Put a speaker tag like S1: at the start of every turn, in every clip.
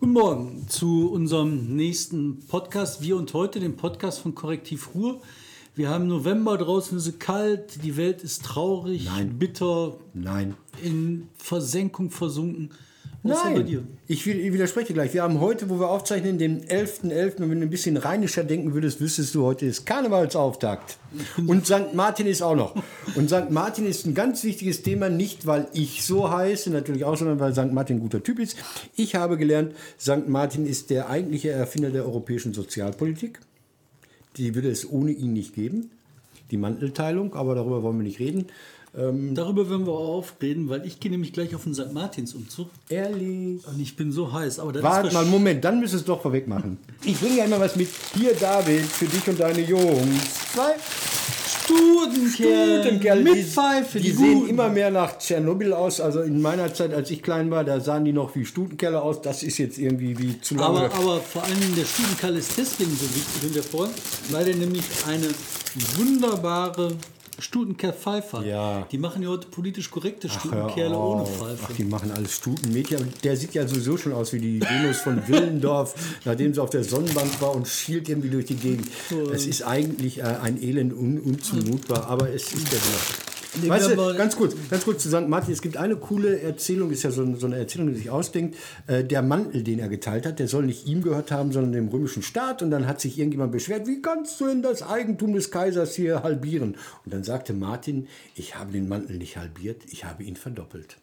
S1: Guten Morgen zu unserem nächsten Podcast. Wir und heute den Podcast von Korrektiv Ruhr. Wir haben November, draußen ist es kalt, die Welt ist traurig, bitter, in Versenkung versunken. Was ist bei dir?
S2: Ich widerspreche gleich. Wir haben heute, wo wir aufzeichnen, den 11.11. Wenn du ein bisschen rheinischer denken würdest, wüsstest du, heute ist Karnevalsauftakt. Und St. Martin ist auch noch. Und St. Martin ist ein ganz wichtiges Thema, nicht weil ich so heiße, natürlich auch, sondern weil St. Martin ein guter Typ ist. Ich habe gelernt, St. Martin ist der eigentliche Erfinder der europäischen Sozialpolitik. Die würde es ohne ihn nicht geben. Die Mantelteilung, aber darüber wollen wir nicht reden.
S1: Darüber werden wir auch aufreden, weil ich gehe nämlich gleich auf den St. Martinsumzug.
S2: Ehrlich?
S1: Und ich bin so heiß. Aber
S2: warte mal, Moment, dann müsst ihr es doch vorweg machen. Ich bringe ja immer was mit. Hier, David, für dich und deine Jungs. 2 Stutenkerle mit Pfeife. Die sehen immer mehr nach Tschernobyl aus. Also in meiner Zeit, als ich klein war, da sahen die noch wie Stutenkerle aus. Das ist jetzt irgendwie wie zu lange.
S1: Aber vor allem der Stutenkerle ist deswegen so wichtig in der Form, weil er nämlich eine wunderbare Stutenkerl-Pfeife hat.
S2: Ja.
S1: Die machen ja heute politisch korrekte Stutenkerle ohne Pfeife.
S2: Ach, die machen alles Stutenmädchen. Der sieht ja sowieso schon aus wie die Venus von Willendorf, nachdem sie auf der Sonnenbank war und schielt irgendwie durch die Gegend. Es ist eigentlich ein Elend unzumutbar, aber es ist der Wille. Weißt du, ganz kurz zu St. Martin, es gibt eine coole Erzählung, ist ja so eine Erzählung, die sich ausdenkt, der Mantel, den er geteilt hat, der soll nicht ihm gehört haben, sondern dem römischen Staat, und dann hat sich irgendjemand beschwert, wie kannst du denn das Eigentum des Kaisers hier halbieren? Und dann sagte Martin, ich habe den Mantel nicht halbiert, ich habe ihn verdoppelt.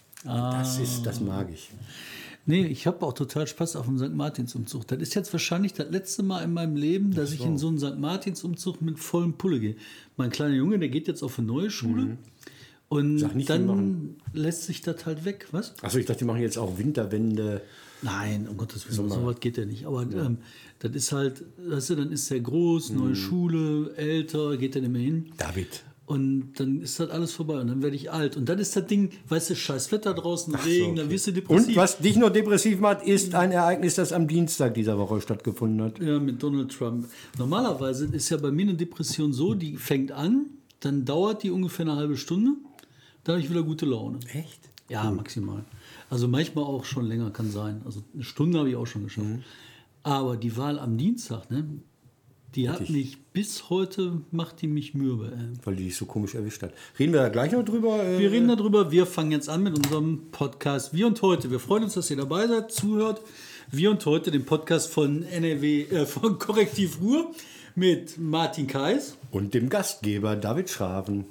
S2: Das mag ich.
S1: Nee, ich habe auch total Spaß auf dem St. Martinsumzug. Das ist jetzt wahrscheinlich das letzte Mal in meinem Leben, dass ich in so einen St. Martinsumzug mit vollem Pulle gehe. Mein kleiner Junge, der geht jetzt auf eine neue Schule. Und dann lässt sich das halt weg. Was?
S2: Achso, ich dachte, die machen jetzt auch Winterwende.
S1: Nein, um Gottes Willen, so was geht ja nicht. Aber das ist halt, weißt du, dann ist der groß, neue Schule, älter, geht dann immer hin.
S2: David.
S1: Und dann ist das alles vorbei und dann werde ich alt. Und dann ist das Ding, weißt du, scheiß Wetter draußen, Regen, dann wirst du depressiv.
S2: Und was dich noch depressiv macht, ist ein Ereignis, das am Dienstag dieser Woche stattgefunden hat.
S1: Ja, mit Donald Trump. Normalerweise ist ja bei mir eine Depression so, die fängt an, dann dauert die ungefähr eine halbe Stunde, dann habe ich wieder gute Laune.
S2: Echt?
S1: Ja, maximal. Also manchmal auch schon länger kann sein. Also eine Stunde habe ich auch schon geschafft. Aber die Wahl am Dienstag, ne? Die hat mich bis heute, macht die mich mürbe.
S2: Weil die dich so komisch erwischt hat. Reden wir da gleich noch drüber?
S1: Wir reden darüber. Wir fangen jetzt an mit unserem Podcast Wir und Heute. Wir freuen uns, dass ihr dabei seid, zuhört. Wir und Heute, den Podcast von von Korrektiv Ruhr mit Martin Kais.
S2: Und dem Gastgeber David Schraven.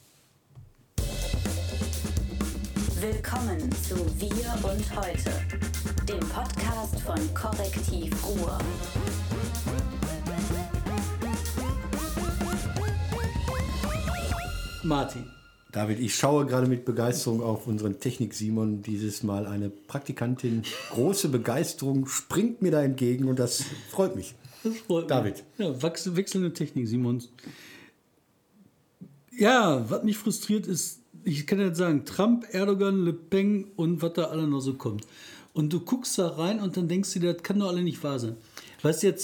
S3: Willkommen zu Wir und Heute, dem Podcast von Korrektiv Ruhr.
S1: Martin.
S2: David, ich schaue gerade mit Begeisterung auf unseren Technik-Simon. Dieses Mal eine Praktikantin. Große Begeisterung springt mir da entgegen und das freut mich.
S1: Das freut
S2: David.
S1: mich. Ja, wechselnde Technik, Simons. Ja, was mich frustriert ist, ich kann jetzt sagen, Trump, Erdogan, Le Pen und was da alle noch so kommt. Und du guckst da rein und dann denkst du dir, das kann doch alle nicht wahr sein. Weißt du,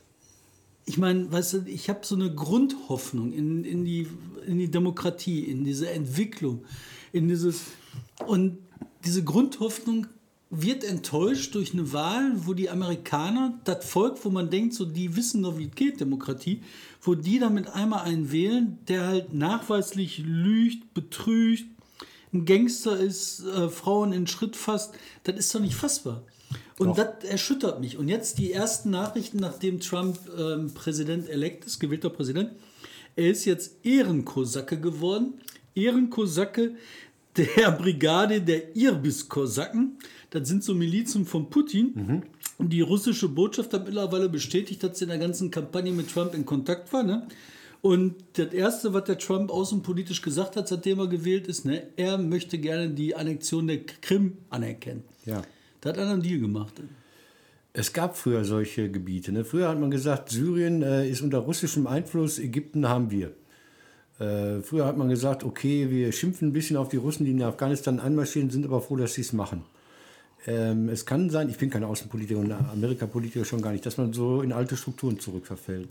S1: ich habe so eine Grundhoffnung in die Demokratie, in diese Entwicklung, und diese Grundhoffnung wird enttäuscht durch eine Wahl, wo die Amerikaner, das Volk, wo man denkt, so die wissen doch, wie es geht, Demokratie, wo die damit einmal einen wählen, der halt nachweislich lügt, betrügt, ein Gangster ist, Frauen in Schritt fasst, das ist doch nicht fassbar. Und das erschüttert mich. Und jetzt die ersten Nachrichten, nachdem Trump Präsident-elekt ist, gewählter Präsident. Er ist jetzt Ehrenkosake geworden. Ehrenkosake der Brigade der Irbis-Kosaken. Das sind so Milizen von Putin. Und die russische Botschaft hat mittlerweile bestätigt, dass sie in der ganzen Kampagne mit Trump in Kontakt war. Ne? Und das Erste, was der Trump außenpolitisch gesagt hat, seitdem er gewählt ist, ne, er möchte gerne die Annexion der Krim anerkennen. Ja. Da hat einer einen Deal gemacht.
S2: Es gab früher solche Gebiete. Ne? Früher hat man gesagt, Syrien ist unter russischem Einfluss, Ägypten haben wir. Früher hat man gesagt, okay, wir schimpfen ein bisschen auf die Russen, die in Afghanistan einmarschieren, sind aber froh, dass sie es machen. Es kann sein, ich bin kein Außenpolitiker und Amerikapolitiker schon gar nicht, dass man so in alte Strukturen zurückverfällt.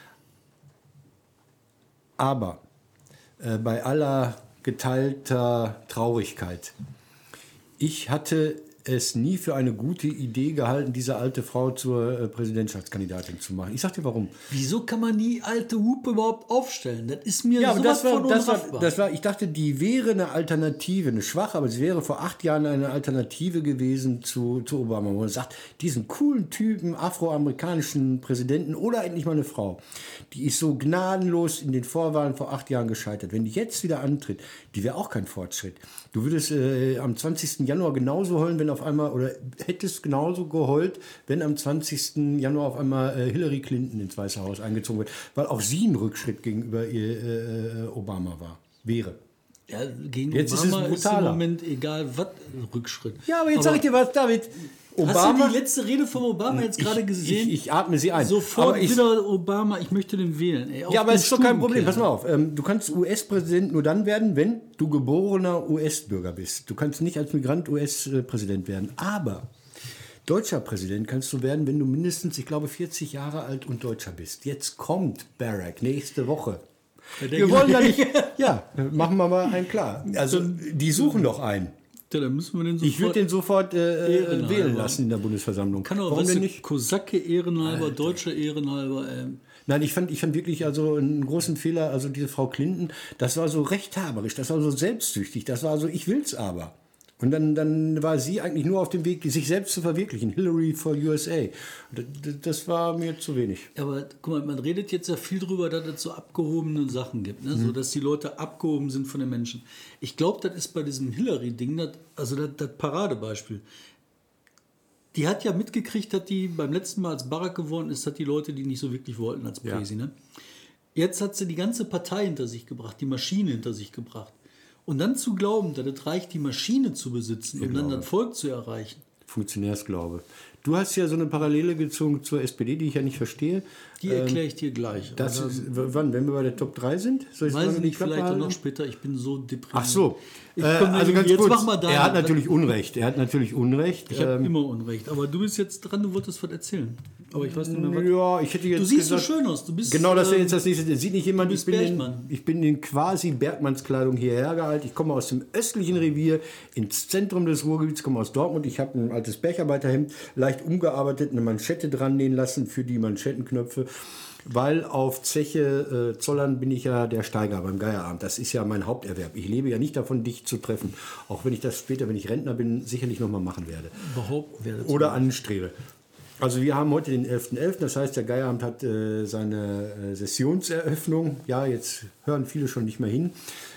S2: Aber bei aller geteilter Traurigkeit, ich hatte es nie für eine gute Idee gehalten, diese alte Frau zur Präsidentschaftskandidatin zu machen. Ich sag dir warum.
S1: Wieso kann man die alte Hupe überhaupt aufstellen? Das ist mir
S2: Ja, aber
S1: sowas von unraffbar.
S2: ich dachte, die wäre eine Alternative, eine schwache, aber sie wäre vor 8 Jahren eine Alternative gewesen zu Obama. Wo man sagt, diesen coolen Typen, afroamerikanischen Präsidenten oder endlich mal eine Frau, die ist so gnadenlos in den Vorwahlen vor 8 Jahren gescheitert. Wenn die jetzt wieder antritt, die wäre auch kein Fortschritt. Du würdest am 20. Januar genauso heulen, wenn auf einmal, oder hättest genauso geheult, wenn am 20. Januar auf einmal Hillary Clinton ins Weiße Haus eingezogen wird, weil auch sie ein Rückschritt gegenüber Obama wäre.
S1: Ja, gegen
S2: Jetzt
S1: Obama
S2: ist es brutaler.
S1: im Moment egal, was Rückschritt.
S2: Ja, aber jetzt sage ich dir was, David.
S1: Hast
S2: Obama,
S1: du die letzte Rede von Obama jetzt gerade gesehen?
S2: Ich atme sie ein.
S1: Sofort
S2: Aber ich-
S1: wieder Obama, ich möchte den wählen. Ey,
S2: Ja, aber es ist doch kein Problem. Pass
S1: Stubenkerl.
S2: mal auf. Du kannst US-Präsident nur dann werden, wenn du geborener US-Bürger bist. Du kannst nicht als Migrant US-Präsident werden. Aber deutscher Präsident kannst du werden, wenn du mindestens, ich glaube, 40 Jahre alt und Deutscher bist. Jetzt kommt Barack nächste Woche.
S1: Ja,
S2: Wir wollen da nicht. Ja, machen wir mal einen klar. Also, die suchen doch einen.
S1: Ja, dann müssen wir den sofort.
S2: Ich würde den sofort
S1: Ehrenhalber.
S2: wählen lassen in der Bundesversammlung.
S1: Kann auch,
S2: Warum
S1: weißt
S2: denn
S1: du,
S2: nicht?
S1: Kosake ehrenhalber, Deutsche ehrenhalber.
S2: Nein, ich fand wirklich also einen großen Fehler, also diese Frau Clinton, das war so rechthaberisch, das war so selbstsüchtig, das war so, ich will's aber. Und dann war sie eigentlich nur auf dem Weg, sich selbst zu verwirklichen. Hillary for USA. Das war mir zu wenig.
S1: Aber guck mal, man redet jetzt ja viel drüber, dass es so abgehobene Sachen gibt, ne? So, dass die Leute abgehoben sind von den Menschen. Ich glaube, das ist bei diesem Hillary-Ding, das Paradebeispiel. Die hat ja mitgekriegt, dass die beim letzten Mal, als Barack geworden ist, hat die Leute, die nicht so wirklich wollten als Präsi. Ne? Jetzt hat sie die ganze Partei hinter sich gebracht, die Maschine hinter sich gebracht. Und dann zu glauben, dass es reicht, die Maschine zu besitzen, um dann das Volk zu erreichen.
S2: Funktionärsglaube. Du hast ja so eine Parallele gezogen zur SPD, die ich ja nicht verstehe.
S1: Die erkläre ich dir gleich.
S2: Das ist, wann, wenn wir bei der Top 3 sind? Soll ich
S1: Weiß
S2: so
S1: ich
S2: lange die
S1: nicht,
S2: Klappe
S1: vielleicht auch
S2: halten?
S1: noch später. Ich bin so deprimiert.
S2: Ach so.
S1: Also ganz jetzt
S2: kurz,
S1: mach mal
S2: er hat natürlich Unrecht.
S1: Ich habe immer Unrecht. Aber du bist jetzt dran, du wolltest was erzählen. Aber ich weiß nicht mehr, was.
S2: Ja, ich hätte jetzt
S1: Du siehst
S2: gesagt,
S1: so schön aus. Du bist,
S2: genau, das ist jetzt das nächste. Sieht nicht jemand,
S1: du bist
S2: ich
S1: Bergmann.
S2: bin in quasi Bergmannskleidung hierher gehalten. Ich komme aus dem östlichen Revier ins Zentrum des Ruhrgebiets, komme aus Dortmund. Ich habe ein altes Bergarbeiterhemd, leicht umgearbeitet, eine Manschette dran nähen lassen für die Manschettenknöpfe. Weil auf Zeche Zollern bin ich ja der Steiger beim Geierabend. Das ist ja mein Haupterwerb. Ich lebe ja nicht davon, dich zu treffen. Auch wenn ich das später, wenn ich Rentner bin, sicherlich nochmal machen werde.
S1: Überhaupt werde
S2: Oder anstrebe. Also wir haben heute den 11.11., das heißt, der Geierabend hat seine Sessionseröffnung. Ja, jetzt hören viele schon nicht mehr hin.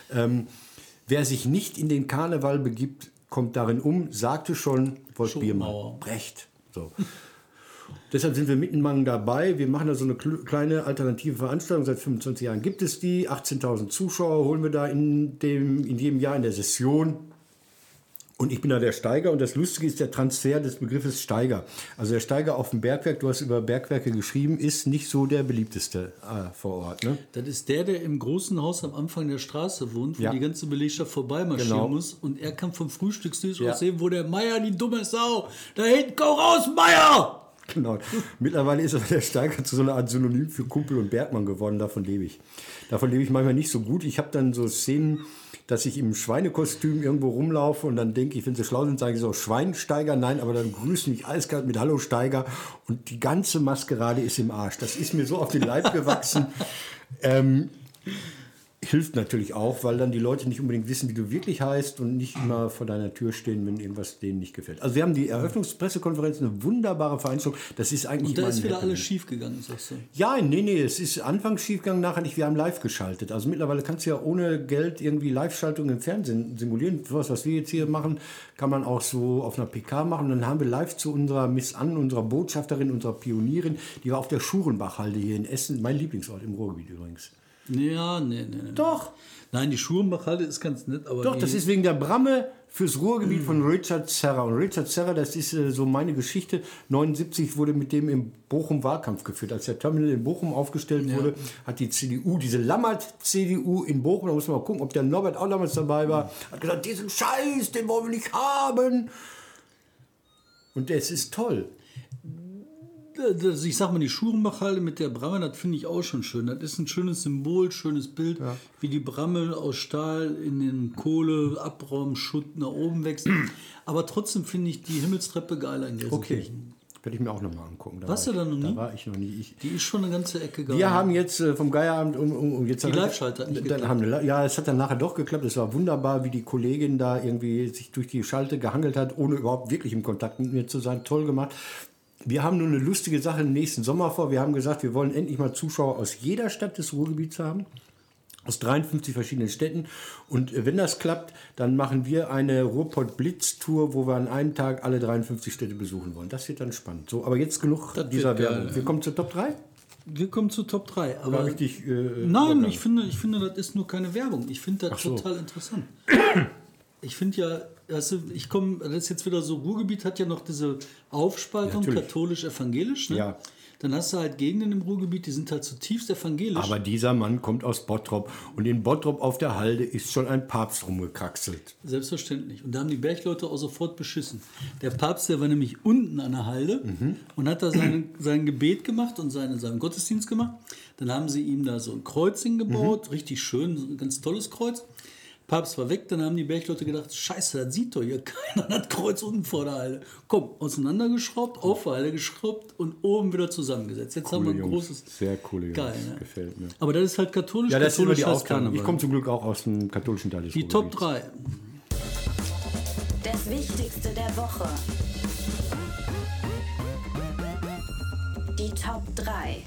S2: Wer sich nicht in den Karneval begibt, kommt darin um, sagte schon Wolf Biermann. Brecht. So. Deshalb sind wir mitten dabei. Wir machen da so eine kleine alternative Veranstaltung. Seit 25 Jahren gibt es die. 18.000 Zuschauer holen wir da in jedem Jahr in der Session. Und ich bin da der Steiger. Und das Lustige ist der Transfer des Begriffes Steiger. Also der Steiger auf dem Bergwerk, du hast über Bergwerke geschrieben, ist nicht so der beliebteste vor Ort. Ne?
S1: Das ist der im großen Haus am Anfang der Straße wohnt, wo die ganze Belegschaft vorbeimarschieren muss. Und er kann vom Frühstückstisch aus sehen, wo der Meier, die dumme Sau, da hinten, komm raus, Meier!
S2: Genau. Mittlerweile ist aber der Steiger zu so einer Art Synonym für Kumpel und Bergmann geworden. Davon lebe ich. Davon lebe ich manchmal nicht so gut. Ich habe dann so Szenen, dass ich im Schweinekostüm irgendwo rumlaufe und dann denke ich, wenn sie schlau sind, sage ich so, Schweinsteiger, nein, aber dann grüßen mich eiskalt mit Hallo Steiger und die ganze Maskerade ist im Arsch. Das ist mir so auf den Leib gewachsen. Hilft natürlich auch, weil dann die Leute nicht unbedingt wissen, wie du wirklich heißt und nicht immer vor deiner Tür stehen, wenn irgendwas denen nicht gefällt. Also wir haben die Eröffnungspressekonferenz, eine wunderbare Veranstaltung. Das ist eigentlich
S1: Und da
S2: immer
S1: ist
S2: ein
S1: wieder
S2: Happening.
S1: alles schief gegangen, sagst du.
S2: Ja, nee, es ist anfangs schief gegangen, nachher nicht. Wir haben live geschaltet. Also mittlerweile kannst du ja ohne Geld irgendwie Live-Schaltungen im Fernsehen simulieren. Was wir jetzt hier machen, kann man auch so auf einer PK machen. Und dann haben wir live zu unserer Miss Anne, unserer Botschafterin, unserer Pionierin, die war auf der Schurenbachhalde hier in Essen, mein Lieblingsort im Ruhrgebiet übrigens.
S1: Ja, nee.
S2: Doch.
S1: Nein, die Schurenbachhalde ist ganz nett, aber.
S2: Doch, das ist wegen der Bramme fürs Ruhrgebiet von Richard Serra. Und Richard Serra, das ist so meine Geschichte. 79 wurde mit dem in Bochum Wahlkampf geführt. Als der Terminal in Bochum aufgestellt wurde, hat die CDU, diese Lammert-CDU in Bochum, da muss man mal gucken, ob der Norbert auch damals dabei war, hat gesagt, diesen Scheiß, den wollen wir nicht haben. Und es ist toll.
S1: ich sag mal, die Schurenbachhalde mit der Bramme, das finde ich auch schon schön. Das ist ein schönes Symbol, schönes Bild, wie die Bramme aus Stahl in den Kohleabraumschutt nach oben wächst. Aber trotzdem finde ich die Himmelstreppe geiler in Gelsenkirchen.
S2: Werde ich mir auch nochmal angucken.
S1: Warst du da noch nie?
S2: Da war ich noch nie.
S1: Die ist schon eine ganze Ecke geil.
S2: Wir haben jetzt vom Geierabend jetzt
S1: die Live-Schalter hat nicht geklappt.
S2: Ja, es hat dann nachher doch geklappt. Es war wunderbar, wie die Kollegin da irgendwie sich durch die Schalte gehangelt hat, ohne überhaupt wirklich im Kontakt mit mir zu sein. Toll gemacht. Wir haben nun eine lustige Sache im nächsten Sommer vor. Wir haben gesagt, wir wollen endlich mal Zuschauer aus jeder Stadt des Ruhrgebiets haben. Aus 53 verschiedenen Städten. Und wenn das klappt, dann machen wir eine Ruhrpott-Blitz-Tour, wo wir an einem Tag alle 53 Städte besuchen wollen. Das wird dann spannend. So, aber jetzt genug dieser Werbung. Wir kommen zur Top 3?
S1: Wir kommen zu Top 3. Aber
S2: richtig,
S1: nein, ich finde, das ist nur keine Werbung. Ich finde das total interessant. Ich finde ja, das ist jetzt wieder so, Ruhrgebiet hat ja noch diese Aufspaltung, katholisch-evangelisch. Ne? Ja. Dann hast du halt Gegenden im Ruhrgebiet, die sind halt zutiefst evangelisch.
S2: Aber dieser Mann kommt aus Bottrop und in Bottrop auf der Halde ist schon ein Papst rumgekraxelt.
S1: Selbstverständlich. Und da haben die Bergleute auch sofort beschissen. Der Papst, der war nämlich unten an der Halde und hat da sein Gebet gemacht und seinen Gottesdienst gemacht. Dann haben sie ihm da so ein Kreuz hingebaut, richtig schön, so ein ganz tolles Kreuz. Papst war weg, dann haben die Bergleute gedacht, scheiße, das sieht doch hier keiner, das Kreuz unten vor der Halde. Komm, auseinandergeschraubt, auf der Halde geschraubt und oben wieder zusammengesetzt. Jetzt haben wir ein großes...
S2: Sehr coole Jungs,
S1: geil, ne?
S2: Gefällt mir.
S1: Aber das ist halt katholisch.
S2: Ja, das ist immer die
S1: heißt
S2: Aufteilung. Ich komme zum Glück auch aus dem katholischen Teil des
S1: Die Top 3.
S3: Das Wichtigste der Woche. Die Top 3.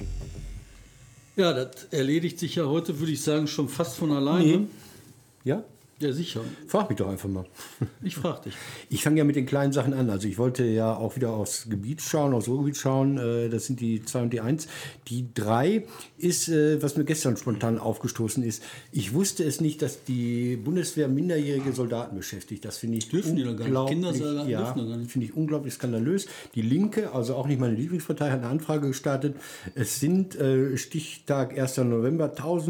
S1: Ja, das erledigt sich ja heute, würde ich sagen, schon fast von alleine.
S2: Nee. Ja?
S1: Ja, sicher.
S2: Frag mich doch einfach mal.
S1: Ich frag dich.
S2: Ich fange ja mit den kleinen Sachen an. Also ich wollte ja auch wieder aufs Gebiet schauen, aufs Ruhrgebiet schauen. Das sind die 2 und die 1. Die 3 ist, was mir gestern spontan aufgestoßen ist. Ich wusste es nicht, dass die Bundeswehr minderjährige Soldaten beschäftigt. Das finde ich
S1: dürfen die doch gar nicht. Kindersoldaten
S2: dürfen doch gar nicht. Finde ich unglaublich skandalös. Die Linke, also auch nicht meine Lieblingspartei, hat eine Anfrage gestartet. Es sind Stichtag 1. November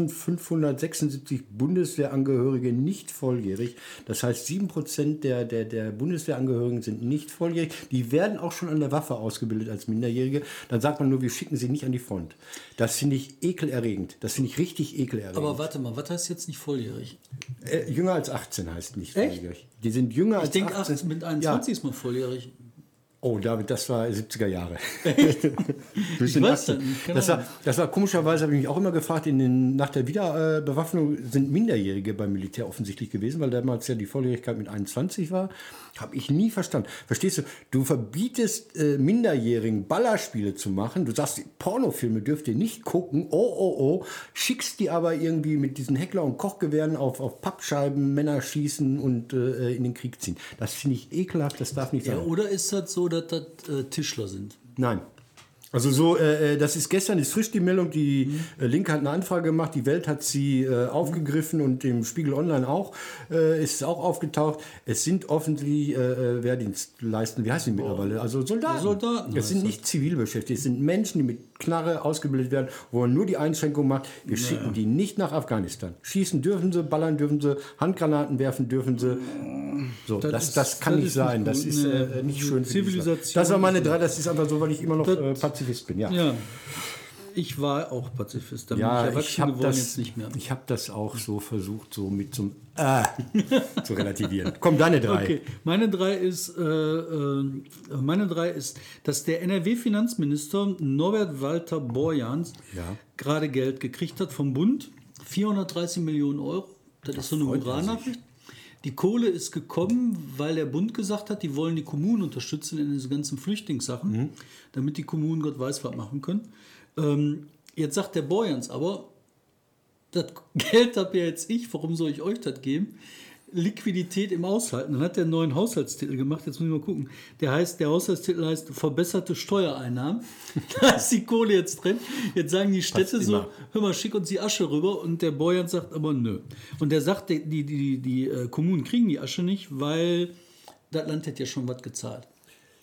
S2: 1576 Bundeswehrangehörige nicht volljährig. Das heißt, 7% der Bundeswehrangehörigen sind nicht volljährig. Die werden auch schon an der Waffe ausgebildet als Minderjährige. Dann sagt man nur, wir schicken sie nicht an die Front. Das finde ich ekelerregend. Das finde ich richtig ekelerregend.
S1: Aber warte mal, was heißt jetzt nicht volljährig?
S2: Jünger als 18 heißt nicht volljährig. Die sind jünger als 18.
S1: Ich denke, mit 21 ist man volljährig.
S2: Oh, David, das war 70er Jahre.
S1: Echt? Ich weiß das nicht.
S2: Das war komischerweise, habe ich mich auch immer gefragt, nach der Wiederbewaffnung sind Minderjährige beim Militär offensichtlich gewesen, weil damals ja die Volljährigkeit mit 21 war. Habe ich nie verstanden. Verstehst du, du verbietest Minderjährigen Ballerspiele zu machen. Du sagst, Pornofilme dürft ihr nicht gucken. Oh. Schickst die aber irgendwie mit diesen Heckler- und Kochgewehren auf Pappscheiben Männer schießen und in den Krieg ziehen. Das finde ich ekelhaft, das darf nicht sein.
S1: Ja, oder ist das so, dass das Tischler sind?
S2: Nein. Also so, das ist gestern, ist frisch die Meldung, die Linke hat eine Anfrage gemacht, die Welt hat sie aufgegriffen und im Spiegel Online auch, ist es auch aufgetaucht. Es sind offensichtlich Wehrdienstleistende, wie heißen die mittlerweile? Also Soldaten. Es sind nicht Zivilbeschäftigte, es sind Menschen, die mit Knarre ausgebildet werden, wo man nur die Einschränkung macht, wir schicken die nicht nach Afghanistan. Schießen dürfen sie, ballern dürfen sie, Handgranaten werfen dürfen sie. So, das kann nicht sein, das ist nicht schön.
S1: Zivilisation.
S2: Das war meine 3, das ist einfach so, weil ich immer noch Pazifist bin, ja.
S1: Ich war auch Pazifist, dann bin ich erwachsen geworden, jetzt nicht mehr.
S2: Ich habe das auch so versucht, so mit zum zu relativieren. Komm, deine 3.
S1: Okay, meine 3 ist, dass der NRW-Finanzminister Norbert Walter Borjans gerade Geld gekriegt hat vom Bund, 430 Millionen Euro. Das ist so eine Hurra-Nachricht. Die Kohle ist gekommen, weil der Bund gesagt hat, die wollen die Kommunen unterstützen in diese ganzen Flüchtlingssachen, damit die Kommunen Gott weiß was machen können. Jetzt sagt der Borjans aber, das Geld habe ja jetzt ich, warum soll ich euch das geben? Liquidität im Haushalt. Dann hat der einen neuen Haushaltstitel gemacht, jetzt muss ich mal gucken. Der Haushaltstitel heißt verbesserte Steuereinnahmen. Da ist die Kohle jetzt drin. Jetzt sagen die Städte so, hör mal, schick uns die Asche rüber. Und der Borjans sagt aber nö. Und der sagt, die Kommunen kriegen die Asche nicht, weil das Land hätte ja schon was gezahlt.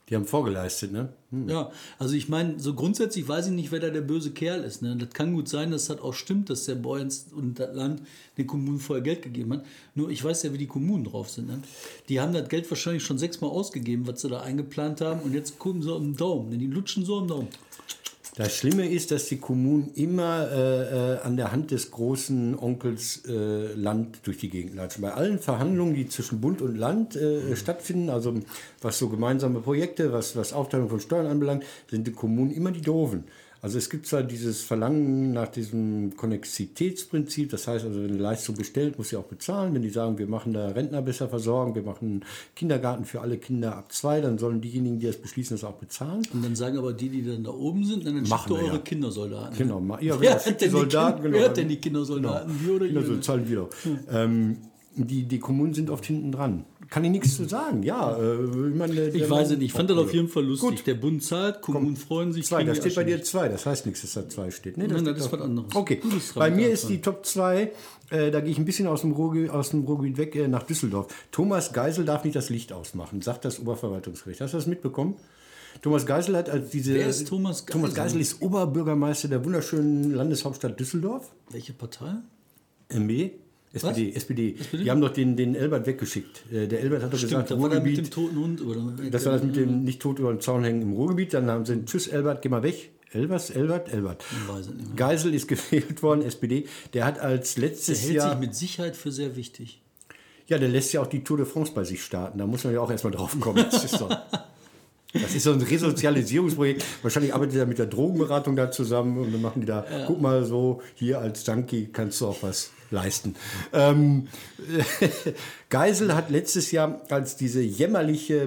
S2: Die haben vorgeleistet, ne?
S1: Ja, also ich meine, so grundsätzlich weiß ich nicht, wer da der böse Kerl ist. Ne? Das kann gut sein, dass das auch stimmt, dass der Boyens und das Land den Kommunen vorher Geld gegeben hat. Nur ich weiß ja, wie die Kommunen drauf sind. Ne? Die haben das Geld wahrscheinlich schon 6-mal ausgegeben, was sie da eingeplant haben. Und jetzt gucken sie um den Daumen. Die lutschen so am Daumen.
S2: Das Schlimme ist, dass die Kommunen immer an der Hand des großen Onkels Land durch die Gegend latschen. Bei allen Verhandlungen, die zwischen Bund und Land stattfinden, also was so gemeinsame Projekte, was Aufteilung von Steuern anbelangt, sind die Kommunen immer die Doofen. Also es gibt zwar dieses Verlangen nach diesem Konnexitätsprinzip, das heißt also, wenn eine Leistung bestellt, muss sie auch bezahlen. Wenn die sagen, wir machen da Rentner besser versorgen, wir machen einen Kindergarten für alle Kinder ab 2, dann sollen diejenigen, die das beschließen, das auch bezahlen.
S1: Und dann sagen aber die dann da oben sind, dann schickt ihr eure Kindersoldaten.
S2: Genau,
S1: wer hat denn die Kindersoldaten?
S2: Genau.
S1: Wir oder
S2: Kindersoldaten zahlen wir doch. Die Kommunen sind oft hinten dran. Kann ich nichts zu sagen. Ja,
S1: ich weiß es nicht. Ich fand das auf jeden Fall lustig. Gut. Der Bund zahlt, Kommunen freuen sich.
S2: 2, da steht bei dir 2. Das heißt nichts, dass da 2 steht. Nee,
S1: Nein, das ist was anderes.
S2: Okay, bei mir ist die Top 2, da gehe ich ein bisschen aus dem Ruhrgebiet weg nach Düsseldorf. Thomas Geisel darf nicht das Licht ausmachen, sagt das Oberverwaltungsgericht. Hast du das mitbekommen? Thomas Geisel hat als diese...
S1: Wer ist Thomas Geisel?
S2: Thomas Geisel ist Oberbürgermeister der wunderschönen Landeshauptstadt Düsseldorf.
S1: Welche Partei?
S2: MB. SPD. Die haben doch den Elbert weggeschickt. Der Elbert hat doch gesagt,
S1: Ruhrgebiet. War das mit dem toten Hund? Oder?
S2: Das war das mit dem nicht tot über den Zaun hängen im Ruhrgebiet. Dann haben sie tschüss Elbert, geh mal weg. Elbert.
S1: Ich weiß es nicht mehr.
S2: Geisel ist gewählt worden, SPD. Der hat als letztes
S1: Jahr... Der hält
S2: sich
S1: mit Sicherheit für sehr wichtig.
S2: Ja, der lässt ja auch die Tour de France bei sich starten. Da muss man ja auch erstmal drauf kommen. Das ist so ein Resozialisierungsprojekt. Wahrscheinlich arbeitet er mit der Drogenberatung da zusammen und dann machen die da, guck mal so, hier als Junkie kannst du auch was leisten. Geisel hat letztes Jahr als diese jämmerliche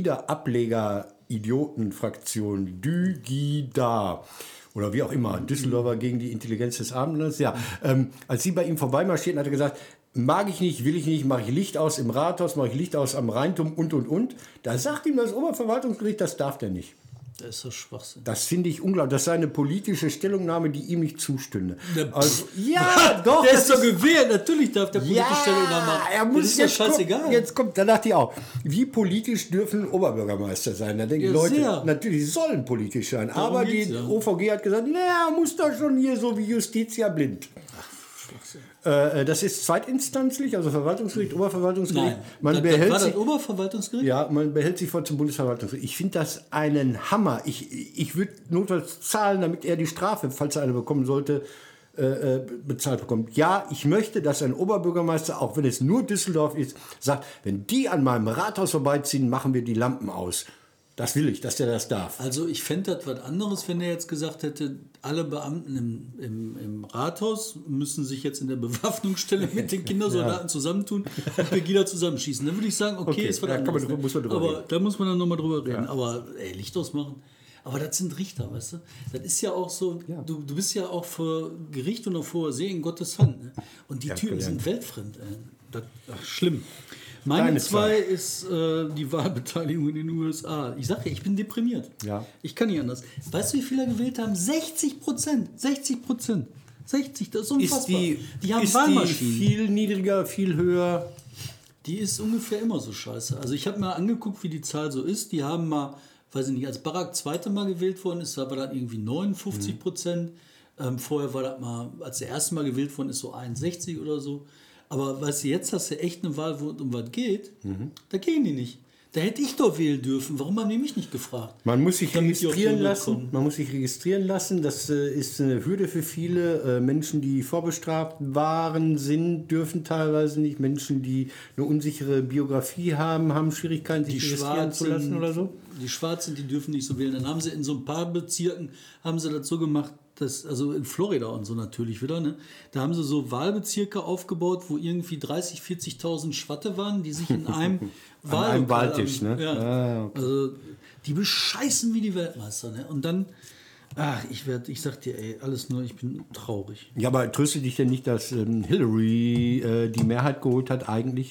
S2: Pegida-Ableger-Idioten-Fraktion Dügida oder wie auch immer, Düsseldorfer gegen die Intelligenz des Abendlandes, als sie bei ihm vorbeimarschierten, hat er gesagt, mag ich nicht, will ich nicht, mache ich Licht aus im Rathaus, mache ich Licht aus am Rheinturm und. Da sagt ihm das Oberverwaltungsgericht, das darf der nicht.
S1: Das ist so Schwachsinn.
S2: Das finde ich unglaublich. Das ist eine politische Stellungnahme, die ihm nicht zustünde. Also, ja, doch.
S1: Der ist doch gewählt. Natürlich darf der politische Stellungnahme machen.
S2: Er muss
S1: das ist jetzt scheißegal.
S2: Jetzt kommt, da dachte ich auch, wie politisch dürfen Oberbürgermeister sein? Da denken Leute,
S1: sehr.
S2: Natürlich, sie sollen politisch sein.
S1: Darum
S2: aber die OVG hat gesagt, muss doch schon hier so wie Justitia blind. Das ist zweitinstanzlich, also Verwaltungsgericht, Oberverwaltungsgericht.
S1: Nein, war das Oberverwaltungsgericht?
S2: Ja, man behält sich vor zum Bundesverwaltungsgericht. Ich finde das einen Hammer. Ich würde notfalls zahlen, damit er die Strafe, falls er eine bekommen sollte, bezahlt bekommt. Ja, ich möchte, dass ein Oberbürgermeister, auch wenn es nur Düsseldorf ist, sagt, wenn die an meinem Rathaus vorbeiziehen, machen wir die Lampen aus. Das will ich, dass der das darf.
S1: Also ich fände das was anderes, wenn er jetzt gesagt hätte, alle Beamten im Rathaus müssen sich jetzt in der Bewaffnungsstelle mit den Kindersoldaten zusammentun und Pegida zusammenschießen. Dann würde ich sagen, okay, ist was anderes. Aber da muss man dann nochmal drüber reden. Ja. Aber Licht ausmachen. Aber das sind Richter, weißt du? Das ist ja auch so, du bist ja auch vor Gericht und auch vor See in Gottes Hand. Ne? Und die Typen sind weltfremd. Schlimm. Meine 2 ist die Wahlbeteiligung in den USA. Ich sage ja, ich bin deprimiert.
S2: Ja.
S1: Ich kann nicht anders. Weißt du, wie viele gewählt haben? 60%. 60%. 60, das ist unfassbar. Die haben Wahlmaschinen.
S2: Die viel niedriger, viel höher?
S1: Die ist ungefähr immer so scheiße. Also ich habe mir angeguckt, wie die Zahl so ist. Die haben mal, weiß ich nicht, als Barack zweite Mal gewählt worden ist, war das irgendwie 59%. Vorher war das mal, als der erste Mal gewählt worden ist, so 61 oder so. Aber weißt du, jetzt hast du echt eine Wahl, wo es um was geht. Da gehen die nicht. Da hätte ich doch wählen dürfen. Warum haben die mich nicht gefragt?
S2: Man muss sich registrieren lassen. Das ist eine Hürde für viele. Menschen, die vorbestraft waren, dürfen teilweise nicht. Menschen, die eine unsichere Biografie haben Schwierigkeiten, sich registrieren zu lassen oder so.
S1: Die Schwarzen, die dürfen nicht so wählen. Dann haben sie in so ein paar Bezirken, haben sie das so gemacht, also in Florida und so natürlich wieder, ne? Da haben sie so Wahlbezirke aufgebaut, wo irgendwie 30.000, 40.000 Schwatte waren, die sich in einem
S2: Wahltisch, ne?
S1: Ja. Okay. Also die bescheißen wie die Weltmeister, ne? Und dann, ich sag dir, alles nur, ich bin traurig.
S2: Ja, aber tröstet dich denn nicht, dass Hillary die Mehrheit geholt hat, eigentlich?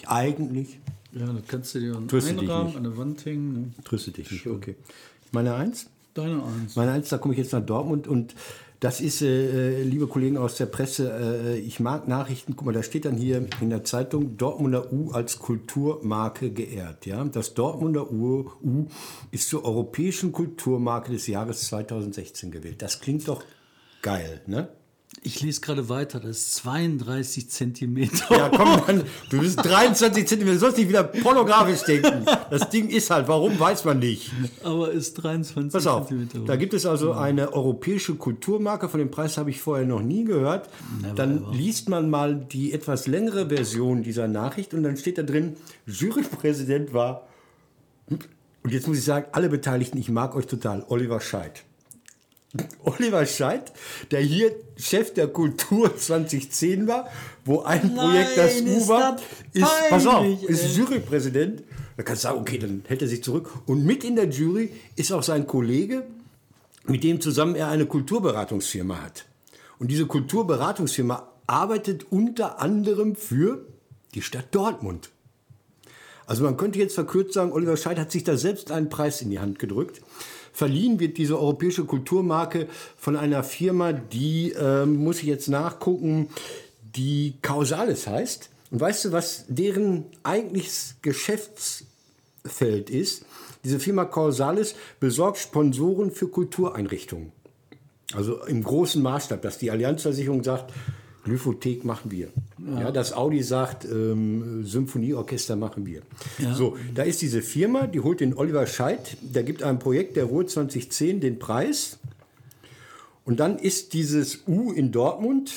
S1: Ja, das kannst du dir einrahmen, an der Wand hängen. Ne?
S2: Tröstet dich nicht, okay. Meine 1?
S1: Deine 1.
S2: Meine 1, da komme ich jetzt nach Dortmund und Das ist, liebe Kollegen aus der Presse, ich mag Nachrichten. Guck mal, da steht dann hier in der Zeitung, Dortmunder U als Kulturmarke geehrt. Ja? Das Dortmunder U ist zur europäischen Kulturmarke des Jahres 2016 gewählt. Das klingt doch geil, ne?
S1: Ich lese gerade weiter, das ist 32 Zentimeter.
S2: Ja, komm, Mann, du bist 23 Zentimeter, du sollst nicht wieder pornografisch denken. Das Ding ist halt, warum, weiß man nicht.
S1: Aber ist 23
S2: Pass auf,
S1: Zentimeter.
S2: da gibt es also eine europäische Kulturmarke, von dem Preis habe ich vorher noch nie gehört. Dann liest man mal die etwas längere Version dieser Nachricht und dann steht da drin, Jurypräsident war, und jetzt muss ich sagen, alle Beteiligten, ich mag euch total, Oliver Scheidt. Oliver Scheidt, der hier Chef der Kultur 2010 war, wo ein Projekt das U war, pass auf, ist Jurypräsident. Da kannst du sagen, okay, dann hält er sich zurück. Und mit in der Jury ist auch sein Kollege, mit dem zusammen er eine Kulturberatungsfirma hat. Und diese Kulturberatungsfirma arbeitet unter anderem für die Stadt Dortmund. Also man könnte jetzt verkürzt sagen, Oliver Scheidt hat sich da selbst einen Preis in die Hand gedrückt. Verliehen wird diese europäische Kulturmarke von einer Firma, die, muss ich jetzt nachgucken, die Causalis heißt. Und weißt du, was deren eigentliches Geschäftsfeld ist? Diese Firma Causalis besorgt Sponsoren für Kultureinrichtungen. Also im großen Maßstab, dass die Allianzversicherung sagt, Glyphothek machen wir. Ja, dass Audi sagt, Symphonieorchester machen wir. Ja. So, da ist diese Firma, die holt den Oliver Scheidt, der gibt einem Projekt der Ruhr 2010 den Preis. Und dann ist dieses U in Dortmund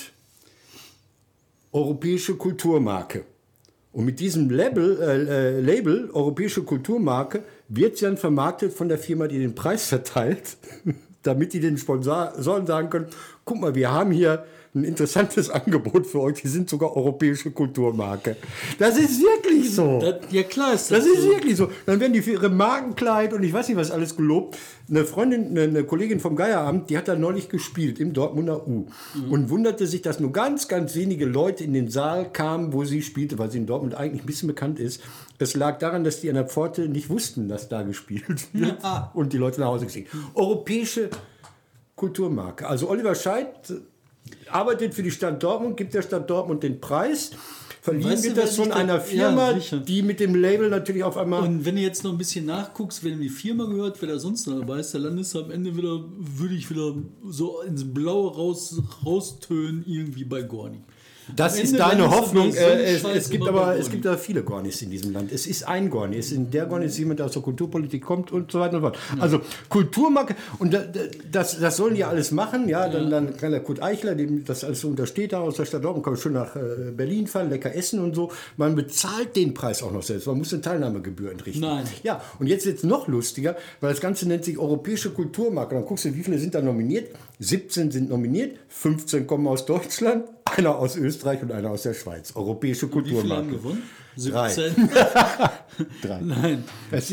S2: europäische Kulturmarke. Und mit diesem Label europäische Kulturmarke wird sie dann vermarktet von der Firma, die den Preis verteilt, damit die den Sponsoren sagen können, guck mal, wir haben hier ein interessantes Angebot für euch. Die sind sogar europäische Kulturmarke. Das ist wirklich so.
S1: Ja, klar ist
S2: das ist wirklich so. Dann werden die für ihre Markenkleid und ich weiß nicht, was alles gelobt. Eine Freundin, eine Kollegin vom Geieramt, die hat da neulich gespielt im Dortmunder U. Und wunderte sich, dass nur ganz, ganz wenige Leute in den Saal kamen, wo sie spielte, weil sie in Dortmund eigentlich ein bisschen bekannt ist. Es lag daran, dass die an der Pforte nicht wussten, dass da gespielt wird. Und die Leute nach Hause geschickt. Europäische Kulturmarke. Also Oliver Scheidt arbeitet für die Stadt Dortmund, gibt der Stadt Dortmund den Preis. Verliehen wird das von einer Firma, die mit dem Label natürlich auf einmal...
S1: Und wenn du jetzt noch ein bisschen nachguckst, wenn die Firma gehört, wer da sonst noch dabei ist, dann landest du am Ende wieder, würde ich wieder so ins Blaue raustönen, irgendwie bei Gorni.
S2: Das ist deine Hoffnung. Es gibt aber viele Gornis in diesem Land. Es ist ein Gorni. Der Gorni ist jemand, der aus der Kulturpolitik kommt und so weiter und so fort. Ja. Also Kulturmarke, und das sollen die alles machen. Ja, dann kann der Kurt Eichler, dem das alles so untersteht, da aus der Stadt Dortmund, kann schön nach Berlin fahren, lecker essen und so. Man bezahlt den Preis auch noch selbst. Man muss eine Teilnahmegebühr entrichten.
S1: Nein.
S2: Ja, und jetzt wird es noch lustiger, weil das Ganze nennt sich Europäische Kulturmarke. Dann guckst du, wie viele sind da nominiert? 17 sind nominiert, 15 kommen aus Deutschland, einer aus Österreich und einer aus der Schweiz. Europäische Kulturmarke.
S1: Wie viele haben gewonnen? 17?
S2: 3.
S1: Nein.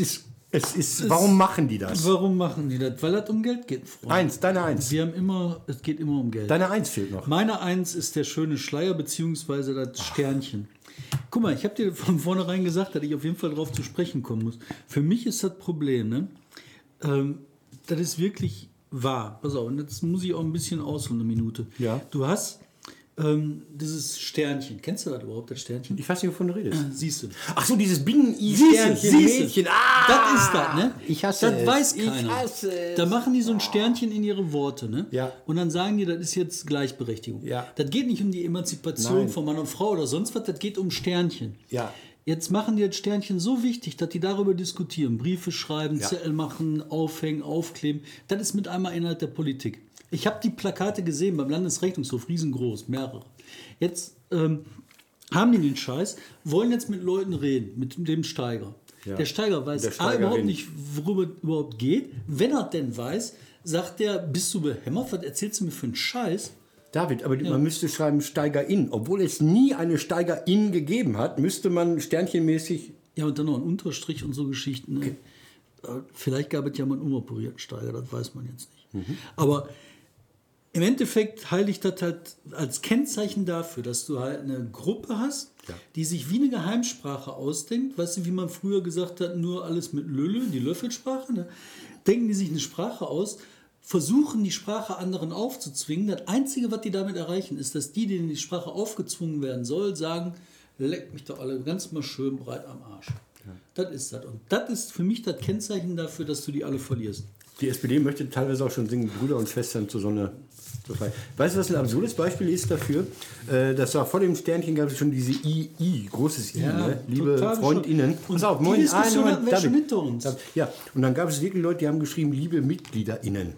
S2: Warum machen die das?
S1: Warum machen die das? Weil das um Geld geht, Freunde.
S2: Deine Eins.
S1: Es geht immer um Geld.
S2: Deine Eins fehlt noch.
S1: Meine Eins ist der schöne Schleier bzw. das Sternchen. Guck mal, ich habe dir von vornherein gesagt, dass ich auf jeden Fall darauf zu sprechen kommen muss. Für mich ist das Problem, ne? Das ist wirklich wahr. Pass auf, und jetzt muss ich auch ein bisschen ausholen, eine Minute.
S2: Ja.
S1: Du hast dieses Sternchen. Kennst du das überhaupt, das Sternchen?
S2: Ich weiß nicht, wovon du redest.
S1: Siehst du.
S2: Ach so, dieses Binnen-I-Sternchen, Mädchen.
S1: Das ist das, ne?
S2: Ich hasse es.
S1: Das weiß keiner.
S2: Ich hasse es.
S1: Da machen die so ein Sternchen in ihre Worte, ne?
S2: Ja.
S1: Und dann sagen die, das ist jetzt Gleichberechtigung.
S2: Ja.
S1: Das geht nicht um die Emanzipation von Mann und Frau oder sonst was, das geht um Sternchen.
S2: Ja.
S1: Jetzt machen die das Sternchen so wichtig, dass die darüber diskutieren, Briefe schreiben, Zettel machen, aufhängen, aufkleben. Das ist mit einmal Inhalt der Politik. Ich habe die Plakate gesehen beim Landesrechnungshof, riesengroß, mehrere. Jetzt haben die den Scheiß, wollen jetzt mit Leuten reden, mit dem Steiger. Ja. Der Steiger weiß überhaupt nicht, worüber es überhaupt geht. Wenn er denn weiß, sagt der, bist du behämmert, was erzählst du mir für einen Scheiß?
S2: David, aber man müsste schreiben Steigerin. Obwohl es nie eine Steigerin gegeben hat, müsste man sternchenmäßig...
S1: Ja, und dann noch ein Unterstrich und so Geschichten. Ne? Okay. Vielleicht gab es ja mal einen umoperierten Steiger, das weiß man jetzt nicht. Aber im Endeffekt halte ich das halt als Kennzeichen dafür, dass du halt eine Gruppe hast, die sich wie eine Geheimsprache ausdenkt. Weißt du, wie man früher gesagt hat, nur alles mit Lülle, die Löffelsprache. Ne? Denken die sich eine Sprache aus, versuchen, die Sprache anderen aufzuzwingen. Das Einzige, was die damit erreichen, ist, dass die, denen die Sprache aufgezwungen werden soll, sagen, leckt mich doch alle ganz mal schön breit am Arsch. Ja. Das ist das. Und das ist für mich das Kennzeichen dafür, dass du die alle verlierst.
S2: Die SPD möchte teilweise auch schon singen, Brüder und Schwestern zu so einer... Weißt du, was ein absurdes Beispiel ist dafür? Das war vor dem Sternchen, gab es schon diese I, großes I,
S1: ja,
S2: ne? Liebe FreundInnen.
S1: Und pass auf, die Diskussion hatten wir schon hinter uns.
S2: Ja, und dann gab es wirklich Leute, die haben geschrieben, liebe MitgliederInnen.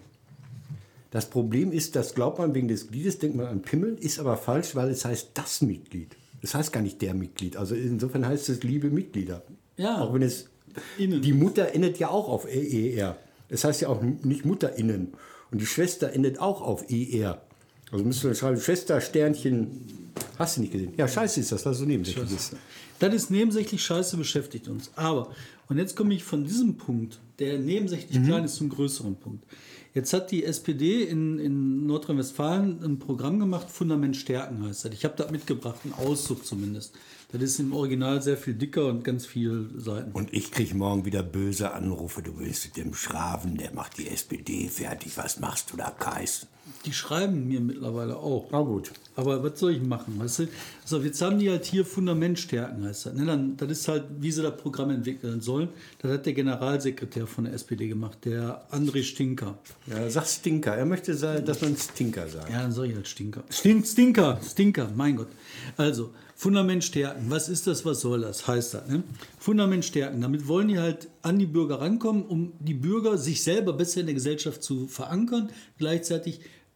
S2: Das Problem ist, das glaubt man wegen des Gliedes, denkt man an Pimmel, ist aber falsch, weil es heißt das Mitglied. Es heißt gar nicht der Mitglied. Also insofern heißt es liebe Mitglieder.
S1: Ja.
S2: Auch wenn es... Innen. Die Mutter endet ja auch auf ER. Es heißt ja auch nicht MutterInnen. Und die Schwester endet auch auf ER. Also müsst ihr schreiben, Schwester, Sternchen, hast du nicht gesehen? Ja, scheiße ist das, was so nebensächlich ist.
S1: Das ist nebensächlich scheiße, beschäftigt uns. Aber, und jetzt komme ich von diesem Punkt, der nebensächlich klein ist, zum größeren Punkt. Jetzt hat die SPD in Nordrhein-Westfalen ein Programm gemacht, Fundament stärken heißt das. Ich habe das mitgebracht, einen Auszug zumindest. Das ist im Original sehr viel dicker und ganz viele Seiten.
S2: Und ich kriege morgen wieder böse Anrufe, du willst mit dem Schraven, der macht die SPD fertig, was machst du da, Kais?
S1: Die schreiben mir mittlerweile auch.
S2: Na gut.
S1: Aber was soll ich machen, weißt du? So, jetzt haben die halt hier Fundament stärken, heißt das. Ne? Das ist halt, wie sie das Programm entwickeln sollen. Das hat der Generalsekretär von der SPD gemacht, der André Stinker.
S2: Ja, sag Stinker. Er möchte, dass man Stinker sagt.
S1: Ja, dann sag ich halt Stinker. Stinker, mein Gott. Also, Fundament stärken. Was ist das, was soll das? Heißt das, ne? Fundament stärken. Damit wollen die halt an die Bürger rankommen, um die Bürger sich selber besser in der Gesellschaft zu verankern, gleichzeitig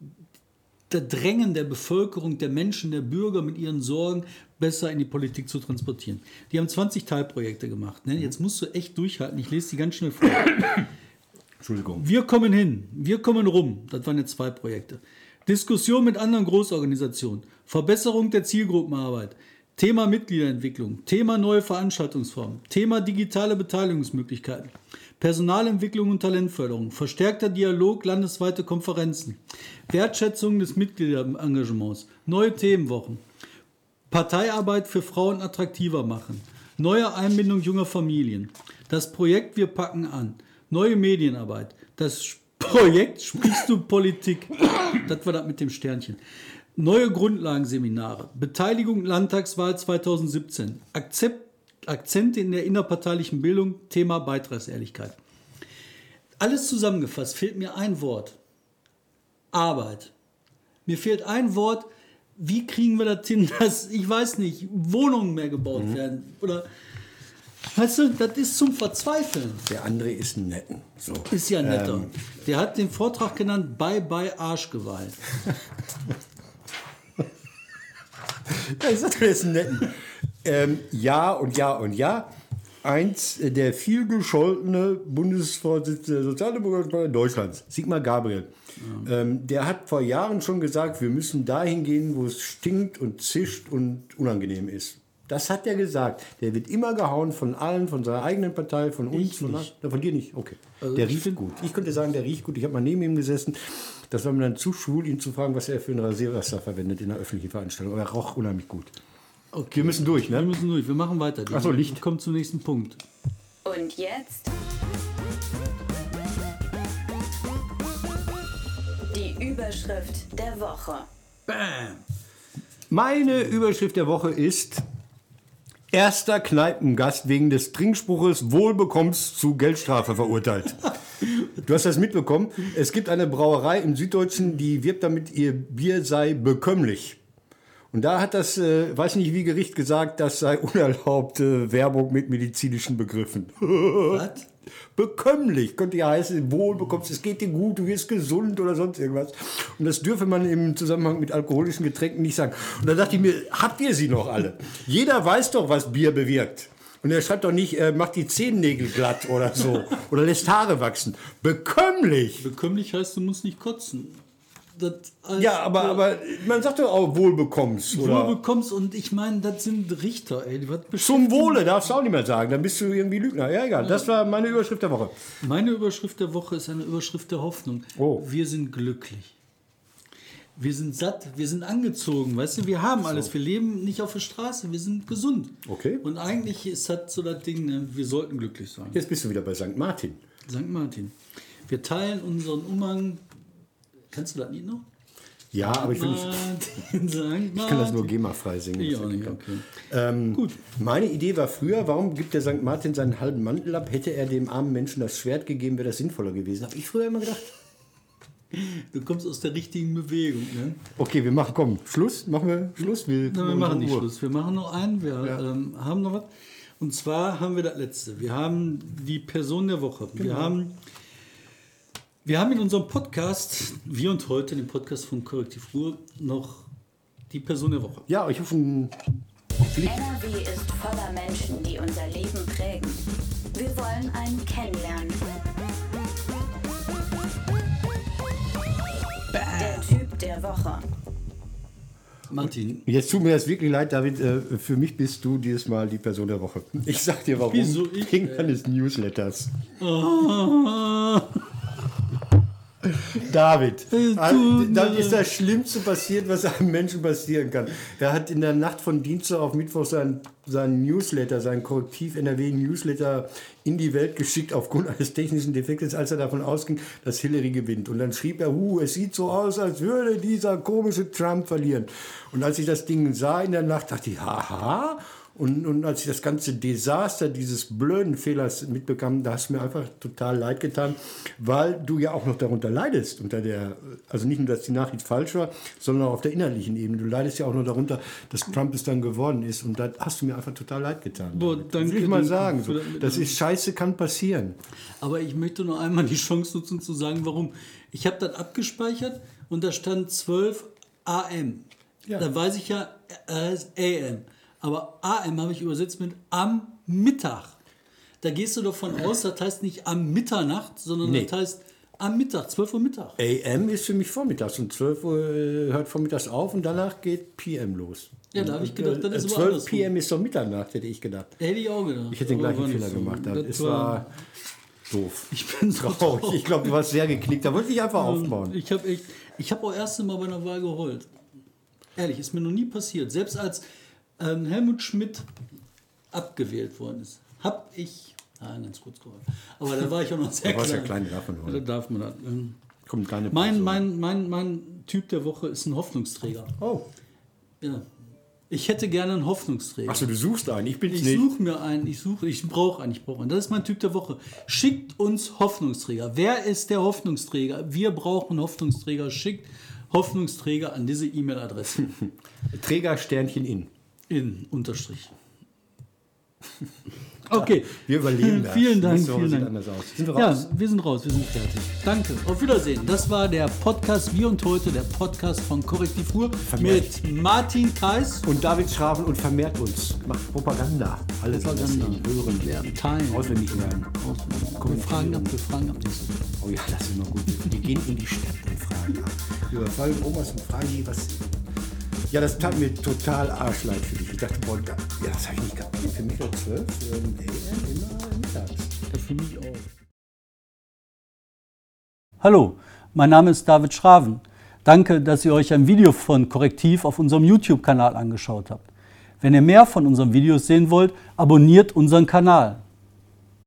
S1: das Drängen der Bevölkerung, der Menschen, der Bürger mit ihren Sorgen besser in die Politik zu transportieren. Die haben 20 Teilprojekte gemacht. Ne? Jetzt musst du echt durchhalten. Ich lese die ganz schnell vor.
S2: Entschuldigung.
S1: Wir kommen hin, wir kommen rum. Das waren jetzt 2 Projekte. Diskussion mit anderen Großorganisationen. Verbesserung der Zielgruppenarbeit. Thema Mitgliederentwicklung. Thema neue Veranstaltungsformen. Thema digitale Beteiligungsmöglichkeiten. Personalentwicklung und Talentförderung, verstärkter Dialog, landesweite Konferenzen, Wertschätzung des Mitgliederengagements, neue Themenwochen, Parteiarbeit für Frauen attraktiver machen, neue Einbindung junger Familien, das Projekt Wir packen an, neue Medienarbeit, das Projekt Sprichst du Politik, das war das mit dem Sternchen, neue Grundlagenseminare, Beteiligung Landtagswahl 2017, Akzente in der innerparteilichen Bildung, Thema Beitragsehrlichkeit. Alles zusammengefasst fehlt mir ein Wort. Arbeit. Mir fehlt ein Wort, wie kriegen wir das hin, dass, ich weiß nicht, Wohnungen mehr gebaut werden. Oder, weißt du, das ist zum Verzweifeln.
S2: Der André ist ein Netten. So.
S1: Ist ja netter. Der hat den Vortrag genannt, Bye-bye Arschgewalt.
S2: Ja, ich sag, der ist ein Netten. Ja und ja und ja. Der vielgescholtene Bundesvorsitzende der Sozialdemokratischen Partei Deutschlands, Sigmar Gabriel, der hat vor Jahren schon gesagt, wir müssen dahin gehen, wo es stinkt und zischt und unangenehm ist. Das hat er gesagt. Der wird immer gehauen von allen, von seiner eigenen Partei, von uns. Von dir nicht? Okay. Also der riecht gut. Ich könnte sagen, der riecht gut. Ich habe mal neben ihm gesessen. Das war mir dann zu schwul, ihn zu fragen, was er für ein Rasierwasser verwendet in einer öffentlichen Veranstaltung. Aber er roch unheimlich gut.
S1: Okay.
S2: Wir müssen durch, ne?
S1: Wir müssen durch. Wir machen weiter.
S2: Achso, Licht.
S1: Kommt zum nächsten Punkt.
S3: Und jetzt die Überschrift der Woche.
S1: Bam!
S2: Meine Überschrift der Woche ist: Erster Kneipengast wegen des Trinkspruches Wohlbekommst zu Geldstrafe verurteilt. Du hast das mitbekommen. Es gibt eine Brauerei im Süddeutschen, die wirbt damit, ihr Bier sei bekömmlich. Und da hat das, weiß nicht wie Gericht gesagt, das sei unerlaubte Werbung mit medizinischen Begriffen.
S1: Was?
S2: Bekömmlich, könnte ja heißen, wohlbekommst, es geht dir gut, du wirst gesund oder sonst irgendwas. Und das dürfe man im Zusammenhang mit alkoholischen Getränken nicht sagen. Und da dachte ich mir, habt ihr sie noch alle? Jeder weiß doch, was Bier bewirkt. Und er schreibt doch nicht, macht die Zehennägel glatt oder so. Oder lässt Haare wachsen. Bekömmlich.
S1: Bekömmlich heißt, du musst nicht kotzen.
S2: Ja, aber man sagt doch auch wohlbekommst.
S1: Wohlbekommst, und ich meine, das sind Richter, ey.
S2: Zum Wohle darfst du auch nicht mehr sagen, dann bist du irgendwie Lügner. Ja, egal, das war meine Überschrift der Woche.
S1: Meine Überschrift der Woche ist eine Überschrift der Hoffnung.
S2: Oh.
S1: Wir sind glücklich. Wir sind satt, wir sind angezogen, weißt du, wir haben alles. Wir leben nicht auf der Straße, wir sind gesund.
S2: Okay.
S1: Und eigentlich ist das so das Ding, ne? Wir sollten glücklich sein.
S2: Jetzt bist du wieder bei St. Martin.
S1: St. Martin. Wir teilen unseren Umhang Kennst du das Lied noch?
S2: Ja, aber ich kann das nur GEMA-frei singen.
S1: Ich auch nicht, okay.
S2: Gut. Meine Idee war früher, warum gibt der St. Martin seinen halben Mantel ab? Hätte er dem armen Menschen das Schwert gegeben, wäre das sinnvoller gewesen. Habe ich früher immer gedacht.
S1: Du kommst aus der richtigen Bewegung, ne?
S2: Okay, wir machen, komm, Schluss. Machen wir Schluss?
S1: Wir machen nicht Schluss. Wir machen noch einen. Wir haben noch was. Und zwar haben wir das letzte. Wir haben die Person der Woche. Genau. Wir haben in unserem Podcast, wir und heute, den Podcast von Korrektiv Ruhr, noch die Person der Woche.
S2: Ja, ich hoffe,
S3: NRW ist voller Menschen, die unser Leben prägen. Wir wollen einen kennenlernen. Der Typ der Woche.
S1: Martin.
S2: Jetzt tut mir das wirklich leid, David. Für mich bist du dieses Mal die Person der Woche. Ich sag dir warum.
S1: Wieso ich?
S2: Wegen deines Newsletters. David, dann ist das Schlimmste passiert, was einem Menschen passieren kann. Er hat in der Nacht von Dienstag auf Mittwoch seinen Newsletter, seinen Korrektiv NRW Newsletter in die Welt geschickt aufgrund eines technischen Defektes, als er davon ausging, dass Hillary gewinnt. Und dann schrieb er, es sieht so aus, als würde dieser komische Trump verlieren. Und als ich das Ding sah in der Nacht, dachte ich, haha. Und als ich das ganze Desaster dieses blöden Fehlers mitbekam, da hast du mir einfach total leid getan, weil du ja auch noch darunter leidest. Also nicht nur, dass die Nachricht falsch war, sondern auch auf der inhaltlichen Ebene. Du leidest ja auch nur darunter, dass Trump es dann geworden ist. Und da hast du mir einfach total leid getan.
S1: Boah, danke,
S2: will ich mal sagen. So, das ist scheiße, kann passieren.
S1: Aber ich möchte noch einmal die Chance nutzen zu sagen, warum. Ich habe das abgespeichert und da stand 12 AM. Ja. Da weiß ich ja, AM. Aber AM habe ich übersetzt mit am Mittag. Da gehst du doch von aus, das heißt nicht am Mitternacht, sondern das heißt am Mittag, 12 Uhr Mittag.
S2: AM ist für mich vormittags und 12 Uhr hört vormittags auf und danach geht PM los.
S1: Ja, da habe ich gedacht, das ist
S2: 12 PM ist doch Mitternacht, hätte ich gedacht.
S1: Hätte ich auch gedacht.
S2: Ich hätte den gleichen Fehler gemacht. Es war doof.
S1: Ich bin so traurig.
S2: Ich glaube, du warst sehr geknickt. Da wollte ich einfach aufbauen.
S1: Ich habe auch erst mal bei einer Wahl geheult. Ehrlich, ist mir noch nie passiert. Selbst als Helmut Schmidt abgewählt worden ist, habe ich, ganz kurz geheult, aber da war ich auch noch sehr klein.
S2: Du warst ja klein,
S1: da darf man das.
S2: Kommt keine
S1: mein Typ der Woche ist ein Hoffnungsträger.
S2: Oh.
S1: Ja. Ich hätte gerne einen Hoffnungsträger.
S2: Achso, du suchst einen, ich bin's nicht.
S1: Ich suche mir einen, ich brauche einen. Das ist mein Typ der Woche. Schickt uns Hoffnungsträger. Wer ist der Hoffnungsträger? Wir brauchen Hoffnungsträger. Schickt Hoffnungsträger an diese E-Mail-Adresse.
S2: Träger Sternchen in.
S1: In Unterstrich. Okay.
S2: Wir überleben das.
S1: Vielen Dank.
S2: Nächste Woche sieht anders aus. Sind wir raus?
S1: Ja, wir sind raus, wir sind fertig. Danke. Auf Wiedersehen. Das war der Podcast Wir und Heute, der Podcast von Korrektiv Ruhr mit Martin Kais
S2: und David Schraven und vermehrt uns. Macht Propaganda. Alles
S1: Propaganda.
S2: Hören, lernen,
S1: teilen.
S2: Auswendig lernen.
S1: Wir fragen ab.
S2: Oh ja, das ist immer gut. Wir gehen in die Stadt und fragen ab. Wir überfallen Omas und fragen die, was... Ja, das tat mir total arschleid für dich. Ich dachte, boah, das habe ich nicht gehabt. Für mich noch 12 immer mittags.
S1: Ja, für mich auch. Hallo, mein Name ist David Schraven. Danke, dass ihr euch ein Video von Korrektiv auf unserem YouTube-Kanal angeschaut habt. Wenn ihr mehr von unseren Videos sehen wollt, abonniert unseren Kanal.